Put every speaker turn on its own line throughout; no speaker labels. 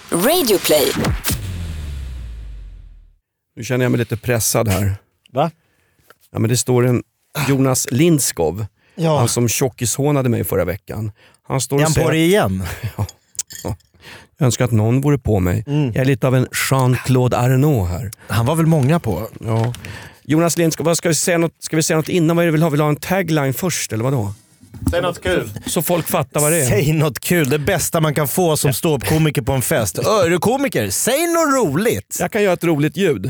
Radioplay.
Nu känner jag mig lite pressad här.
Va?
Ja, men det står en Jonas Lindskov.
Ja.
Han som tjockishånade mig förra veckan. Han står
är
och
han
säger...
på det igen?
Ja. Jag önskar att någon vore på mig. Jag är lite av en Jean-Claude Arnault här.
Han var väl många på.
Ja. Jonas Lindskov, vad ska vi säga något innan? Vad är det vi vill ha? Vill ha en tagline först eller vadå?
Säg något kul.
Så folk fattar vad det är.
Säg något kul, det bästa man kan få som ståuppkomiker på en fest. Är du komiker? Säg något roligt.
Jag kan göra ett roligt ljud.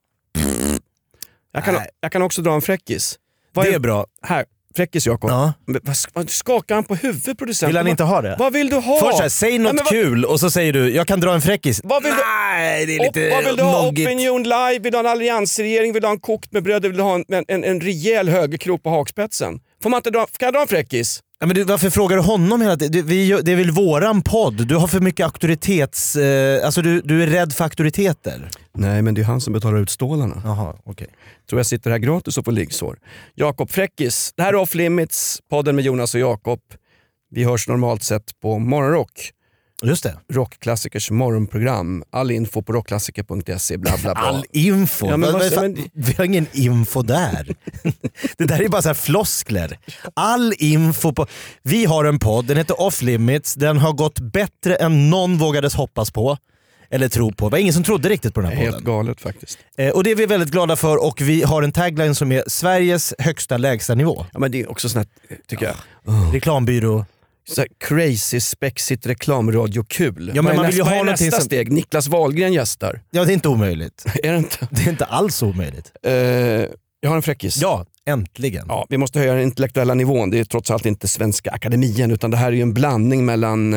Jag kan också dra en fräckis.
Det är bra.
Här, fräckis Jakob.
Ja.
Vad skakar han på huvudet, producenten?
Vill han inte ha det?
Vad vill du ha?
Först här, säg något kul och så säger du, jag kan dra en fräckis.
Vad vill
Nej, det är lite
vad vill du ha?
moggigt.
Opinion live? Vill du ha en alliansregering? Vill du ha en kokt med bröd? Vill du ha en rejäl högerkrok på hakspetsen? Får man inte dra? Kan jag dra en fräckis?
Ja, men varför frågar du honom hela tiden? Det är väl våran podd? Du har för mycket auktoritets... alltså du är rädd för auktoriteter.
Nej, men det är han som betalar ut stålarna.
Jaha, okej.
Tror jag sitter här gratis och får liggsår. Jakob Fräckis. Det här är Off Limits, podden med Jonas och Jakob. Vi hörs normalt sett på Morgonrock.
Just det.
Rockklassikers morgonprogram. All info på rockklassiker.se, bla bla bla.
All info?
Ja, men
Vi har ingen info där. Det där är bara så här floskler. All info på... Vi har en podd, den heter Off Limits. Den har gått bättre än någon vågades hoppas på. Eller tro på. Det var ingen som trodde riktigt på den här podden.
Helt galet faktiskt.
Och det är vi väldigt glada för. Och vi har en tagline som är Sveriges högsta lägsta nivå.
Ja, men det är också sånt här, tycker jag.
Reklambyrå.
Så här crazy spexigt reklamradio kul.
Ja, men man vill ju ha
vad är
någonting
nästa
som...
steg? Niklas Wahlgren gästar.
Ja, det är inte omöjligt.
Är det inte?
Det är inte alls omöjligt.
Jag har en fräckis.
Ja, äntligen.
Ja, vi måste höja den intellektuella nivån. Det är trots allt inte Svenska Akademien, utan det här är ju en blandning mellan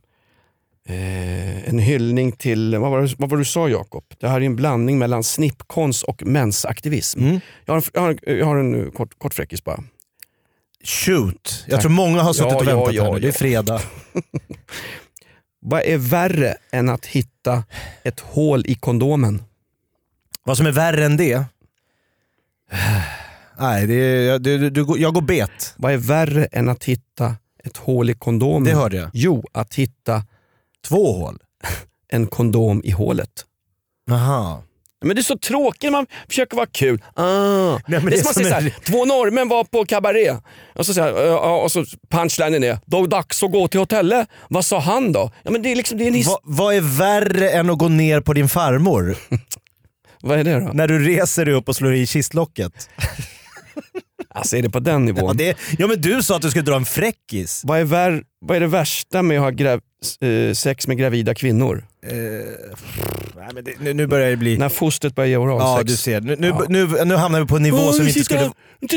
en hyllning till, vad var du sa Jakob? Det här är en blandning mellan snippkonst och mensaktivism. Jag har en kort fräckis bara.
Shoot. Jag tror många har suttit och väntat här nu. Det är fredag.
Vad är värre än att hitta ett hål i kondomen?
Vad som är värre än det? Nej, jag går bet.
Vad är värre än att hitta ett hål i kondomen?
Det hörde jag.
Jo, att hitta
2 hål.
En kondom i hålet.
Aha.
Men det är så tråkigt när man försöker vara kul.
Nej, men
det är som att säga såhär, 2 norrmän var på kabaré. Och så punchlinen är, då är det dags att gå till hotellet. Vad sa han då? Ja, men det är liksom, det är
vad är värre än att gå ner på din farmor?
Vad är det då?
När du reser dig upp och slår i kistlocket.
Alltså är det på den nivån?
Ja, men du sa att du skulle dra en fräckis.
Vad är det värsta med att ha sex med gravida kvinnor?
Nej, men nu börjar det bli...
När fostret börjar ge oral
Ja,
sex.
du ser. Nu hamnar vi på en nivå som vi inte skulle...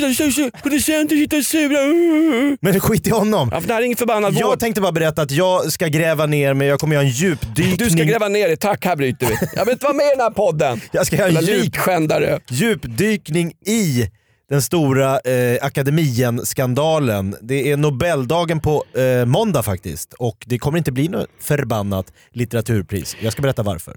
Men skit i honom.
Ja, för det här är ingen förbannad vård.
Jag tänkte bara berätta att jag ska gräva ner mig. Jag kommer göra en djupdykning.
Du ska gräva ner dig, tack, här bryter vi. Jag vill inte vara med i den här podden.
Jag ska göra en djupdykning i den stora akademien-skandalen. Det är Nobeldagen på måndag faktiskt. Och det kommer inte bli något förbannat litteraturpris. Jag ska berätta varför.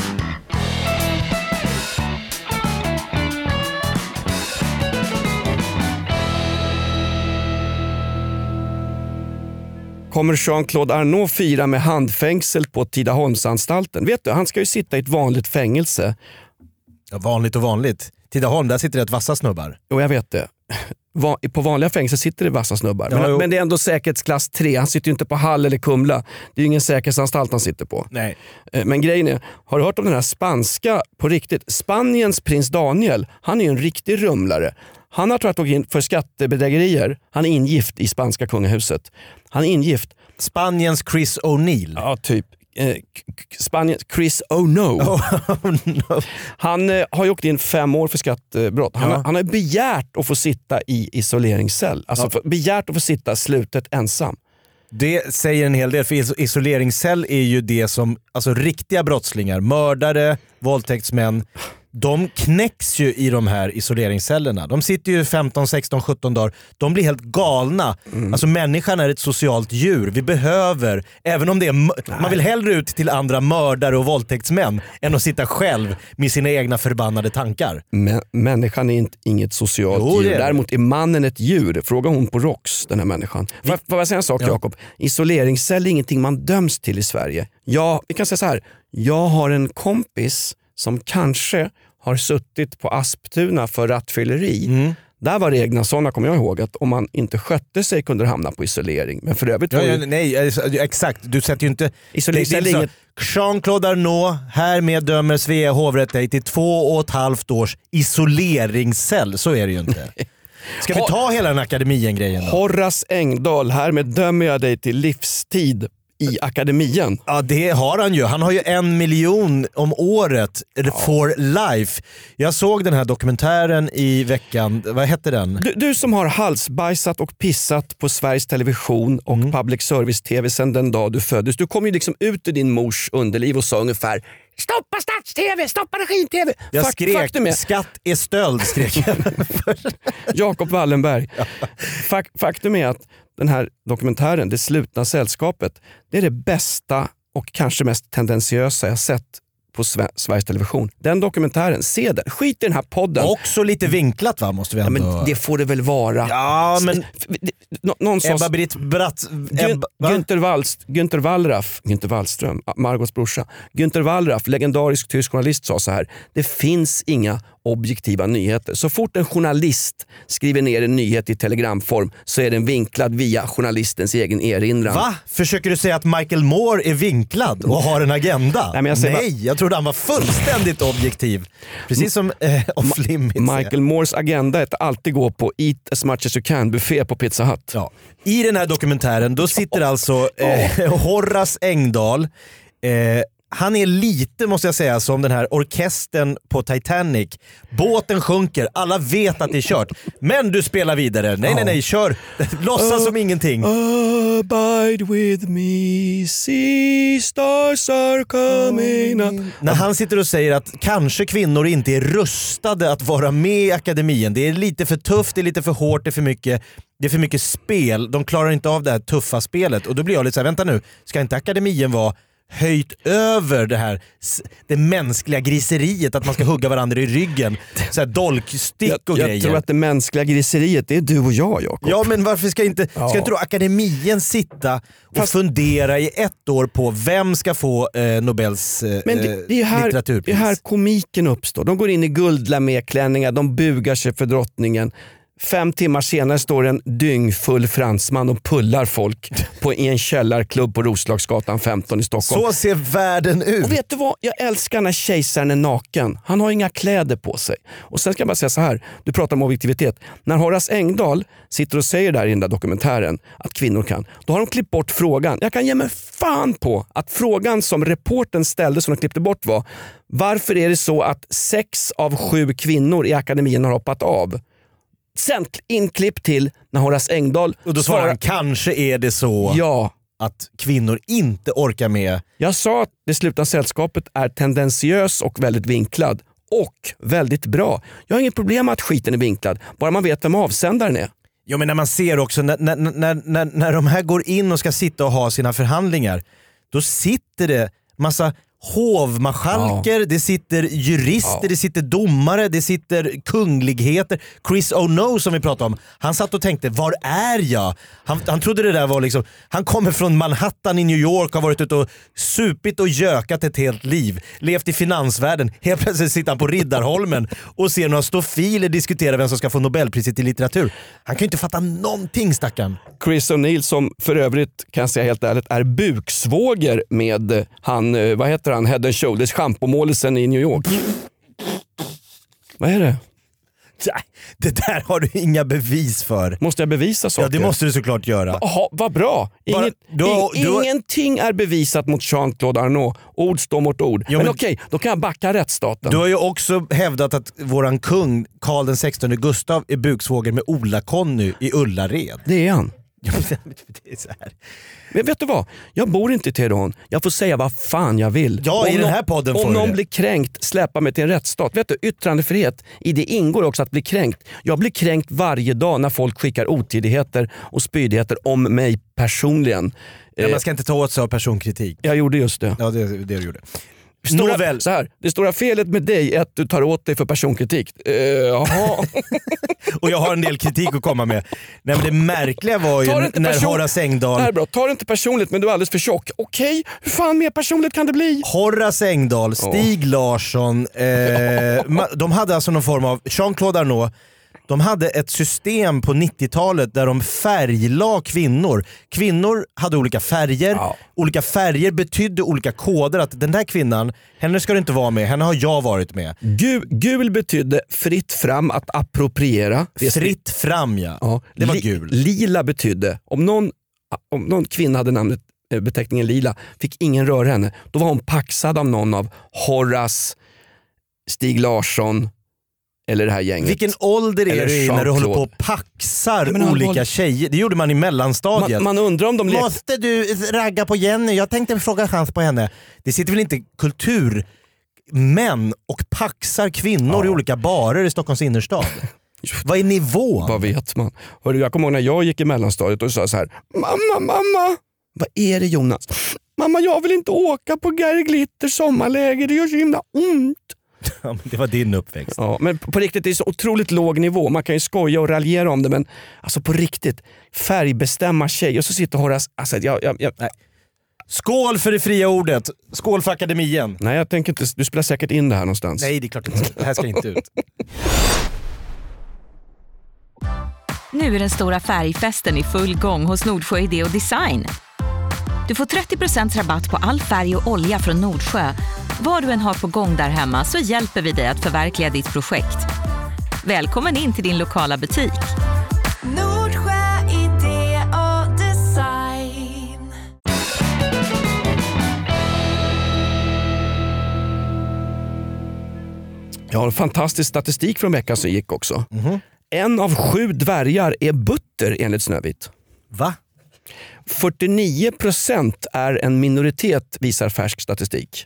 Kommer Jean-Claude Arnault fira med handfängsel på Tidaholmsanstalten? Vet du, han ska ju sitta i ett vanligt fängelse.
Ja, vanligt och vanligt. Tidaholm, där sitter det ett vassa snubbar.
Jo, jag vet det. På vanliga fängelser sitter det vassa snubbar. Men det är ändå säkerhetsklass 3. Han sitter ju inte på Hall eller Kumla. Det är ju ingen säkerhetsanstalt han sitter på.
Nej.
Men grejen är, har du hört om den här spanska, på riktigt, Spaniens prins Daniel, han är ju en riktig rumlare. Han har tagit in för skattebedrägerier. Han är ingift i spanska kungahuset. Han är ingift.
Spaniens Chris O'Neill.
Ja, typ. Spaniens Chris O'Neill.
No.
Han har ju åkt in 5 år för skattebrott. Han har begärt att få sitta i isoleringscell. Alltså begärt att få sitta slutet ensam.
Det säger en hel del, för isoleringscell är ju det som, alltså riktiga brottslingar, mördare, våldtäktsmän, de knäcks ju i de här isoleringscellerna. De sitter ju 15, 16, 17 dagar. De blir helt galna. Alltså människan är ett socialt djur. Vi behöver, även om det är, man vill hellre ut till andra mördare och våldtäktsmän än att sitta själv med sina egna förbannade tankar.
Men människan är inget socialt djur. Däremot är mannen ett djur. Fråga hon på ROX, den här människan. Får jag säga en sak, Jakob? Isoleringscell är ingenting man döms till i Sverige. Vi kan säga så här. Jag har en kompis som kanske har suttit på Asptuna för rattfylleri. Där var reglerna sådana, kommer jag ihåg, att om man inte skötte sig kunde det hamna på isolering. Men för övrigt
nej, exakt. Du sätter ju inte...
Isolering.
Jean-Claude Arnault, härmed dömer Svea hovrätt dig till 2,5 års isoleringscell. Så är det ju inte. Ska vi ta hela den akademien-grejen då?
Horace Engdahl, härmed dömer jag dig till livstid i akademien.
Ja, det har han ju. Han har ju 1 miljon om året for life. Jag såg den här dokumentären i veckan. Vad hette den?
Du som har halsbajsat och pissat på Sveriges Television och public service-tv sedan den dag du föddes. Du kom ju liksom ut ur din mors underliv och sa ungefär: stoppa stats-tv, stoppa regim-tv.
Jag skrek, skatt är stöld, skrek jag.
Jakob Wallenberg. Faktum är att den här dokumentären, Det slutna sällskapet, det är det bästa och kanske mest tendentiösa jag sett på Sveriges Television. Den dokumentären, se den. Skit i den här podden.
Också lite vinklat, va? Måste vi ändå...
Ja, men det får det väl vara.
Ja, men...
Ebba-Britt Bratt... Günther Wallraff, Günther Wallström, Margots brorsa. Günther Wallraff, legendarisk tysk journalist, sa så här: det finns inga objektiva nyheter. Så fort en journalist skriver ner en nyhet i telegramform så är den vinklad via journalistens egen erinran.
Va? Försöker du säga att Michael Moore är vinklad och har en agenda? Jag trodde han var fullständigt objektiv. Precis som Off Limits.
Michael Moores agenda är att alltid gå på Eat as much as you can buffé på Pizza Hut.
Ja. I den här dokumentären då sitter alltså Horace Engdahl. Han är lite, måste jag säga, som den här orkestern på Titanic. Båten sjunker, alla vet att det är kört. Men du spelar vidare. Nej, kör. Låtsas som ingenting.
Abide with me, sea stars are coming.
När han sitter och säger att kanske kvinnor inte är rustade att vara med i akademien. Det är lite för tufft, det är lite för hårt, det är för mycket spel. De klarar inte av det här tuffa spelet. Och då blir jag lite så här, vänta nu, ska inte akademien vara höjt över det mänskliga griseriet, att man ska hugga varandra i ryggen, så här dolkstick och grejer.
Jag tror att det mänskliga griseriet, det är du och jag, Jakob.
Ja, men varför ska inte då akademien sitta och fundera i 1 år på vem ska få Nobels litteraturpris?
Det är här komiken uppstår. De går in i guldlaméklänningar, de bugar sig för drottningen. 5 timmar senare står en dyngfull fransman och pullar folk i en källarklubb på Roslagsgatan 15 i Stockholm.
Så ser världen ut.
Och vet du vad? Jag älskar när kejsaren är naken. Han har inga kläder på sig. Och sen ska jag bara säga så här. Du pratar om objektivitet. När Horace Engdahl sitter och säger där i den där dokumentären att kvinnor kan, då har de klippt bort frågan. Jag kan ge mig fan på att frågan som reporten ställde, som de klippte bort, var: varför är det så att 6 av 7 kvinnor i akademin har hoppat av? Sen inklipp till när Horace Engdahl...
Och då svarar han, kanske är det så att kvinnor inte orkar med.
Jag sa att Det slutna sällskapet är tendentiös och väldigt vinklad. Och väldigt bra. Jag har inget problem med att skiten är vinklad. Bara man vet vem avsändaren är.
Jo, men när man ser också, när de här går in och ska sitta och ha sina förhandlingar, då sitter det massa hovmarskalker, det sitter jurister, det sitter domare, det sitter kungligheter. Chris O'Neill som vi pratade om, han satt och tänkte, var är jag? Han trodde det där var liksom, han kommer från Manhattan i New York, har varit ute och supit och gökat ett helt liv, levt i finansvärlden. Helt plötsligt sitter han på Riddarholmen och ser några stofiler diskutera vem som ska få Nobelpriset i litteratur. Han kan ju inte fatta någonting, stackarn.
Chris O'Neill, som för övrigt, kan jag säga helt ärligt, är buksvåger med han, vad heter han, Head and Shoulders schampomålelsen i New York. Vad är det?
Det där har du inga bevis för.
Måste jag bevisa saker?
Ja, det måste du såklart göra.
Jaha, vad bra. Ingenting är bevisat mot Jean-Claude Arnault. Ord står mot ord. Ja, men okej, då kan jag backa rättsstaten.
Du har ju också hävdat att våran kung Karl den 16 Gustav är buksvåger med Ola-Conny i Ullared.
Det är han.
Det är så här.
Men vet du vad? Jag bor inte i Teheran. Jag får säga vad fan jag vill.
Ja, i den här podden får
om
du
någon
det.
blir kränkt, släppa mig till en rättsstat. Vet du, yttrandefrihet, i det ingår också att bli kränkt. Jag blir kränkt varje dag när folk skickar otidigheter och spydigheter om mig personligen.
Men man ska inte ta åt sig av personkritik.
Jag gjorde just det.
Ja, det du gjorde.
Så här, det stora felet med dig är att du tar åt dig för personkritik. Jaha.
Och jag har en del kritik att komma med. Nej, men det märkliga var ju när Horace Engdahl...
Det här är bra. Ta det inte personligt, men du är alldeles för tjock. Okej, hur fan mer personligt kan det bli?
Horace Engdahl, Stig Larsson, de hade alltså någon form av... Jean-Claude Arnault, de hade ett system på 90-talet där de färglade kvinnor. Kvinnor hade olika färger. Ja. Olika färger betydde olika koder. Att den där kvinnan, henne ska du inte vara med. Henne har jag varit med.
Gul betydde fritt fram, att appropriera.
Fritt fram, ja. Det var gul.
Lila betydde, om någon kvinna hade beteckningen lila, fick ingen röra henne. Då var hon paxad av någon av Horace, Stig Larsson eller det här gänget.
Vilken ålder är du i när du håller på och paxar olika tjejer? Det gjorde man i mellanstadiet.
Man undrar om de
Måste du ragga på Jenny? Jag tänkte en fråga chans på henne. Det sitter väl inte kulturmän och paxar kvinnor i olika barer i Stockholms innerstad? Vad är nivån?
Vad vet man? Hörru, jag kommer ihåg när jag gick i mellanstadiet och sa så här: Mamma, vad är det Jonas? Mamma, jag vill inte åka på Gary Glitter sommarläger, det gör så himla ont.
Ja, men det var din uppväxt.
Ja, men på riktigt, det är så otroligt låg nivå. Man kan ju skoja och raljera om det, men alltså på riktigt, färgbestämma tjej och så sitter Horace, alltså nej.
Skål för det fria ordet. Skål för akademien.
Nej, jag tänker inte, du spelar säkert in det här någonstans.
Nej, det är klart inte. Det här ska inte ut.
Nu är den stora färgfesten i full gång hos Nordsjö Idé och Design. Du får 30% rabatt på all färg och olja från Nordsjö. Vad du än har på gång där hemma så hjälper vi dig att förverkliga ditt projekt. Välkommen in till din lokala butik.
Nordsjö Idé och Design.
Jag har en fantastisk statistik från veckan som gick också. En av 7 dvärgar är butter enligt Snövit.
Va?
49% är en minoritet, visar färsk statistik.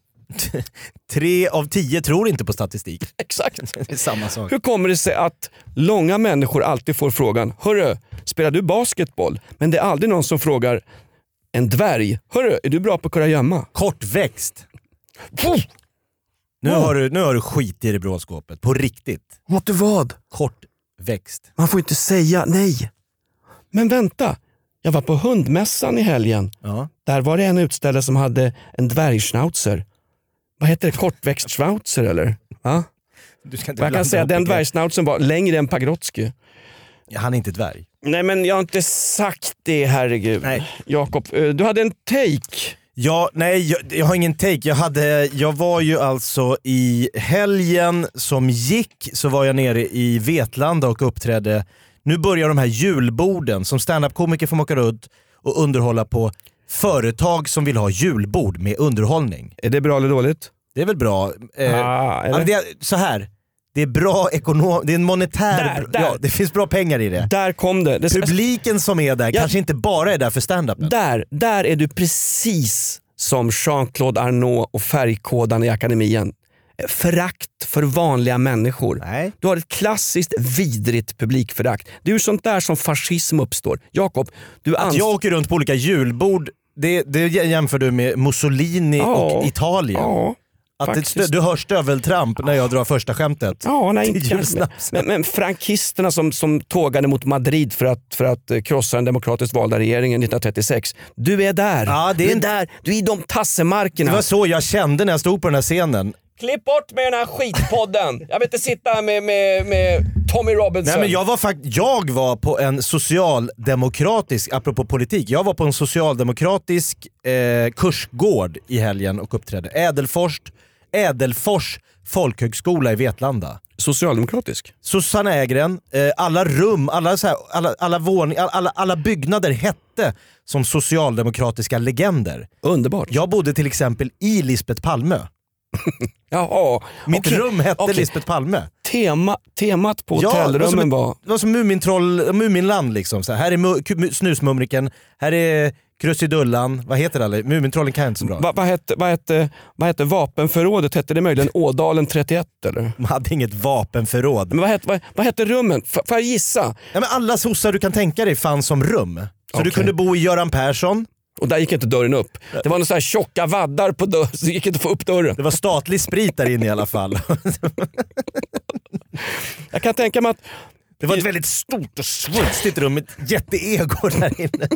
3 av 10 tror inte på statistik.
Exakt.
Det är samma sak.
Hur kommer det sig att långa människor alltid får frågan: hörru, spelar du basketboll? Men det är aldrig någon som frågar en dvärg: hörru, är du bra på kurragömma?
Kortväxt. Nu har du skit i det bråskåpet. På riktigt.
Vet du vad?
Kortväxt.
Man får inte säga nej. Men vänta, jag var på hundmässan i helgen.
Ja.
Där var det en utställare som hade en dvärgschnauzer. Vad heter det? Kortväxtschnauzer eller? Ja?
Du ska inte
jag kan säga att den dvärgschnauzern var längre än Pagrotsky.
Ja, han är inte dvärg.
Nej, men jag har inte sagt det, herregud.
Nej.
Jakob, du hade en take.
Ja, nej, jag har ingen take. Jag var ju alltså i helgen som gick, så var jag nere i Vetlanda och uppträdde. Nu börjar de här julborden som stand-up-komiker får åka runt och underhålla på företag som vill ha julbord med underhållning.
Är det bra eller dåligt?
Det är väl bra. Det är så här. Det är bra det är en monetär...
Där.
Ja, det finns bra pengar i det.
Där kom det.
Publiken som är där kanske inte bara är där för stand-upen.
Där är du precis som Jean-Claude Arnault och färgkodan i akademien. Förakt för vanliga människor.
Nej.
Du har ett klassiskt vidrigt publikförakt. Det är ju sånt där som fascism uppstår. Jakob,
jag åker runt på olika julbord. Det jämför du med Mussolini och Italien. Ja. Att du hör stöveltramp när jag drar första skämtet.
Ja, nej, inte men frankisterna som tågade mot Madrid för att krossa den demokratiskt valda regeringen 1936. Du är där.
Ja,
du är i de tassemarkerna.
Det var så jag kände när jag stod på den här scenen.
Klipp bort med den här skitpodden. Jag vill inte sitta här med Tommy Robinson.
Nej, men jag var på en socialdemokratisk, apropå politik, jag var på en socialdemokratisk kursgård i helgen och uppträdde. Ädelfors folkhögskola i Vetlanda.
Socialdemokratisk?
Susanne Ägren, alla rum, alla byggnader hette som socialdemokratiska legender.
Underbart.
Jag bodde till exempel i Lisbeth Palme.
Jaha.
Mitt rum hette Lisbeth Palme.
temat på hotellrummen var...
Det var som Muminland liksom. Så här är snusmumriken, här är Krusidullan, vad heter det? Mumintrollen kan inte så bra.
Vad hette vapenförrådet? Hette det möjligen Ådalen 31 eller?
Man hade inget vapenförråd.
Men vad hette rummen? Får jag gissa?
Ja, men alla sossar du kan tänka dig fanns som rum. Så du kunde bo i Göran Persson.
Och där gick inte dörren upp. Det var några så här tjocka vaddar på dörren, så gick inte att få upp dörren.
Det var statlig sprit där inne i alla fall.
Jag kan tänka mig att...
Det var ett väldigt stort och svulstigt rum, ett jätteego där inne.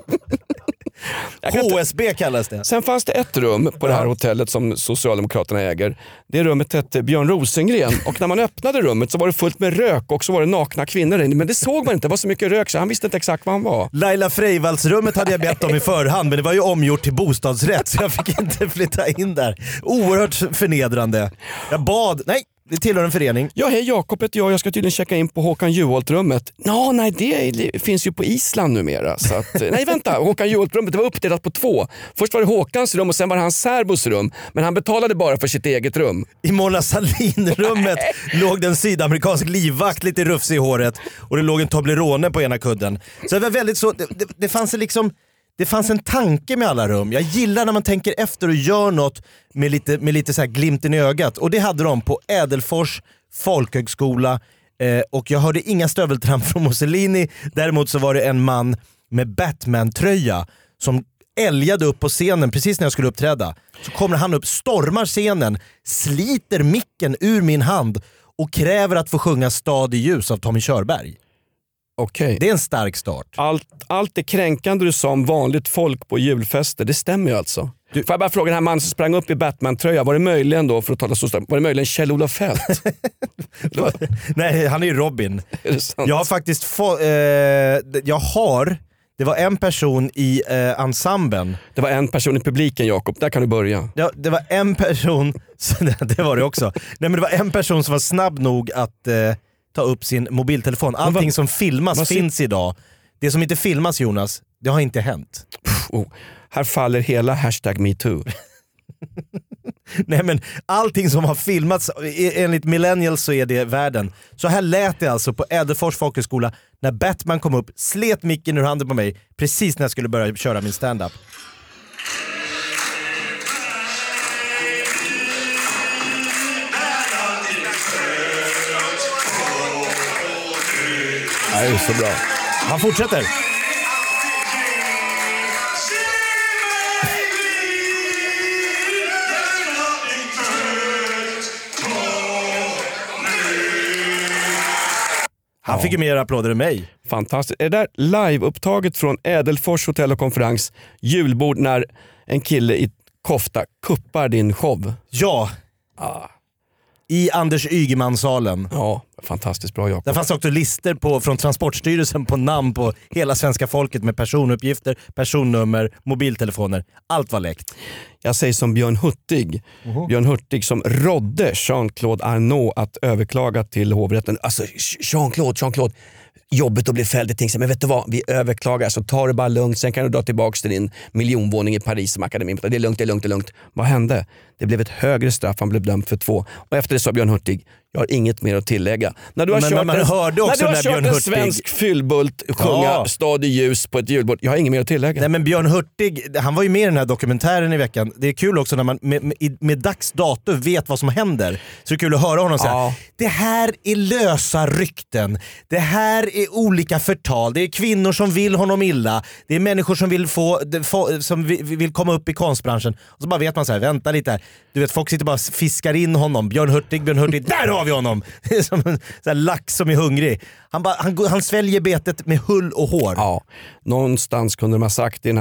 HSB kallas det.
Sen fanns det ett rum på det här hotellet som Socialdemokraterna äger. Det rummet hette Björn Rosengren. Och när man öppnade rummet så var det fullt med rök och så var det nakna kvinnor inne. Men det såg man inte, det var så mycket rök så han visste inte exakt vad han var.
Laila Freivaldsrummet hade jag bett om i förhand, men det var ju omgjort till bostadsrätt så jag fick inte flytta in där. Oerhört förnedrande. Jag bad, nej. Det tillhör en förening.
Ja, hej Jakob heter jag ska tydligen checka in på Håkan Juholt-rummet. Nej, det finns ju på Island numera. Så att, nej vänta, Håkan Juholt-rummet det var uppdelat på 2. Först var det Håkans rum och sen var det hans särbos rum. Men han betalade bara för sitt eget rum.
I Mona Sahlin-rummet låg det en sydamerikansk livvakt lite rufsig i håret. Och det låg en Toblerone på ena kudden. Så det var väldigt så, det fanns liksom... Det fanns en tanke med alla rum. Jag gillar när man tänker efter och gör något med lite så här glimten i ögat. Och det hade de på Ädelfors folkhögskola. Och jag hörde inga stöveltramp från Mussolini. Däremot så var det en man med Batman-tröja som älgade upp på scenen precis när jag skulle uppträda. Så kommer han upp, stormar scenen, sliter micken ur min hand och kräver att få sjunga Stad i ljus av Tommy Körberg.
Okay.
Det är en stark start.
Allt det kränkande du sa om vanligt folk på julfester, det stämmer ju alltså. Får jag bara fråga den här mannen som sprang upp i Batman-tröja, var det möjligen då, för att tala så starkt, var det möjligen Kjell-Olof Feldt?
Nej, han är ju Robin.
Är det sant?
Jag har faktiskt det var en person i ensemblen.
Det var en person i publiken, Jakob. Där kan du börja.
Ja, det var en person, det var det också. Nej, men det var en person som var snabb nog att ta upp sin mobiltelefon. Allting som filmas finns idag. Det som inte filmas, Jonas, det har inte hänt.
Här faller hela #MeToo.
Nej, men allting som har filmats, enligt millennials så är det världen. Så här lät det alltså på Ädelfors folkhögskola när Batman kom upp, slet micken ur handen på mig precis när jag skulle börja köra min stand-up.
Det är så bra.
Han fortsätter. Han fick ju mer applåder än mig.
Fantastiskt. Är det där live-upptaget från Ädelfors hotell och konferens julbord när en kille i kofta kuppar din show?
Ja. I Anders Ygeman-salen.
Ja, fantastiskt bra, Jakob.
Där fanns också lister från Transportstyrelsen på namn på hela svenska folket med personuppgifter, personnummer, mobiltelefoner. Allt var läckt.
Jag säger som Björn Hurtig. Björn Hurtig som rådde Jean-Claude Arnault att överklaga till hovrätten. Alltså Jean-Claude. Jobbet att bli fälld i tingsrätten. Men vet du vad? Vi överklagar så tar det bara lugnt. Sen kan du dra tillbaka till din miljonvåning i Paris som akademin. Det är lugnt. Vad hände? Det blev ett högre straff. Han blev dömd för 2. Och efter det sa Björn Hurtig, jag har inget mer att tillägga. När du har kört en svensk fyllbult sjunga Stad i ljus på ett julbord, jag har inget mer att tillägga.
Nej, men Björn Hurtig, han var ju med i den här dokumentären i veckan. Det är kul också när man med dags dato vet vad som händer. Så det är kul att höra honom säga, det här är lösa rykten. Det här är olika förtal. Det är kvinnor som vill honom illa. Det är människor som vill komma upp i konstbranschen. Och så bara vet man så här, vänta lite här. Du vet, folk sitter bara och fiskar in honom. Björn Hurtig, där har vi honom! Det är som en sån här lax som är hungrig. Han sväljer betet med hull och hår.
Ja, någonstans kunde de ha sagt i den här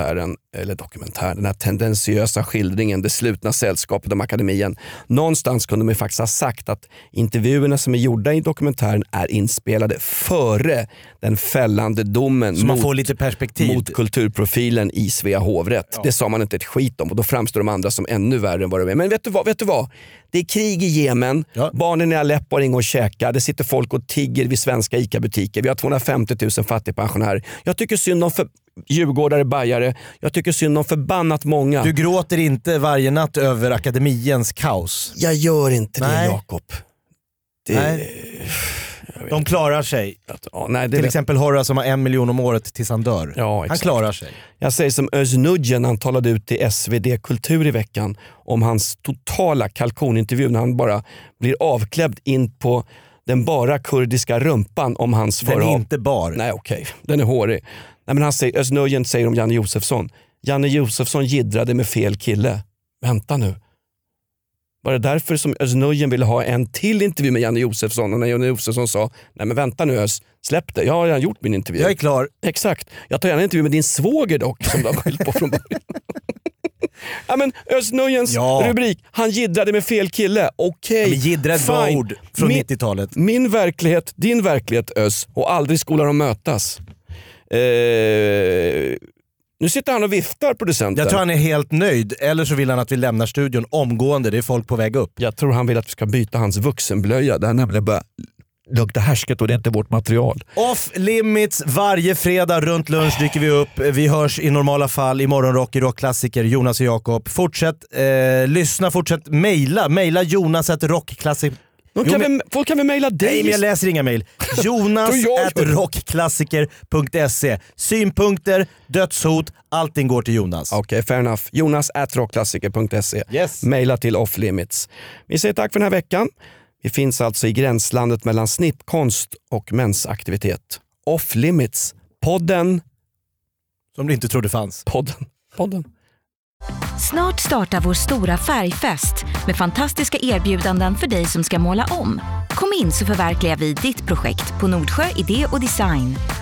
den här tendensiösa skildringen, det slutna sällskapet om akademien. Någonstans kunde de faktiskt ha sagt att intervjuerna som är gjorda i dokumentären är inspelade före den fällande domen
så man får lite perspektiv
mot kulturprofilen i Svea hovrätt. Ja. Det sa man inte ett skit om och då framstår de andra som ännu värre än vad de är. Men vet du vad? Det är krig i Jemen, barnen i Aleppo har inget att käka, det sitter folk och tigger vid svenska ICA-butiker, vi har 250 000 fattigpensionärer. Jag tycker synd om djurgårdare, bajare, jag tycker synd om förbannat många.
Du gråter inte varje natt över akademiens kaos?
Jag gör inte det, Jakob.
De klarar sig.
Till
exempel Horace som har 1 miljon om året tills han dör.
Ja,
han klarar sig.
Jag säger som Özz Nujen, han talade ut i SvD Kultur i veckan om hans totala kalkonintervju när han bara blir avklädd in på den bara kurdiska rumpan om hans förhav.
Den är inte bar.
Nej, okej. Den är hårig. Nej, men Özz Nujen säger om Janne Josefsson. Janne Josefsson giddrade med fel kille. Vänta nu. Var det därför som Özz Nujen ville ha en till intervju med Janne Josefsson, och när Janne Josefsson sa nej men vänta nu Özz, släpp det, jag har redan gjort min intervju.
Jag är klar.
Exakt, jag tar gärna en intervju med din svåger dock, som du har skyllt på från början. Ja, men Özz Nujens rubrik, han giddrade med fel kille. Okej,
gidra ett bra ord från 90-talet.
Min verklighet, din verklighet Özz, och aldrig skola de mötas. Nu sitter han och viftar, producenten.
Jag tror han är helt nöjd, eller så vill han att vi lämnar studion omgående, det är folk på väg upp.
Jag tror han vill att vi ska byta hans vuxenblöja. Det här nämligen bara luktar härsket och det är inte vårt material.
Off Limits, varje fredag runt lunch dyker vi upp. Vi hörs i normala fall i Morgonrock i Rockklassiker, Jonas och Jakob. Fortsätt lyssna, fortsätt mejla Jonas@rockklassiker.
Folk kan väl mejla dig?
Nej, men jag läser inga mejl. Jonas@rockklassiker.se. Synpunkter, dödshot, allting går till Jonas.
Okej, fair enough. Jonas@rockklassiker.se.
Yes.
Mejla till Off Limits. Vi säger tack för den här veckan. Vi finns alltså i gränslandet mellan snittkonst och mensaktivitet. Off Limits. Podden.
Som du inte trodde fanns.
Podden.
Snart startar vår stora färgfest med fantastiska erbjudanden för dig som ska måla om. Kom in så förverkligar vi ditt projekt på Nordsjö Idé och Design.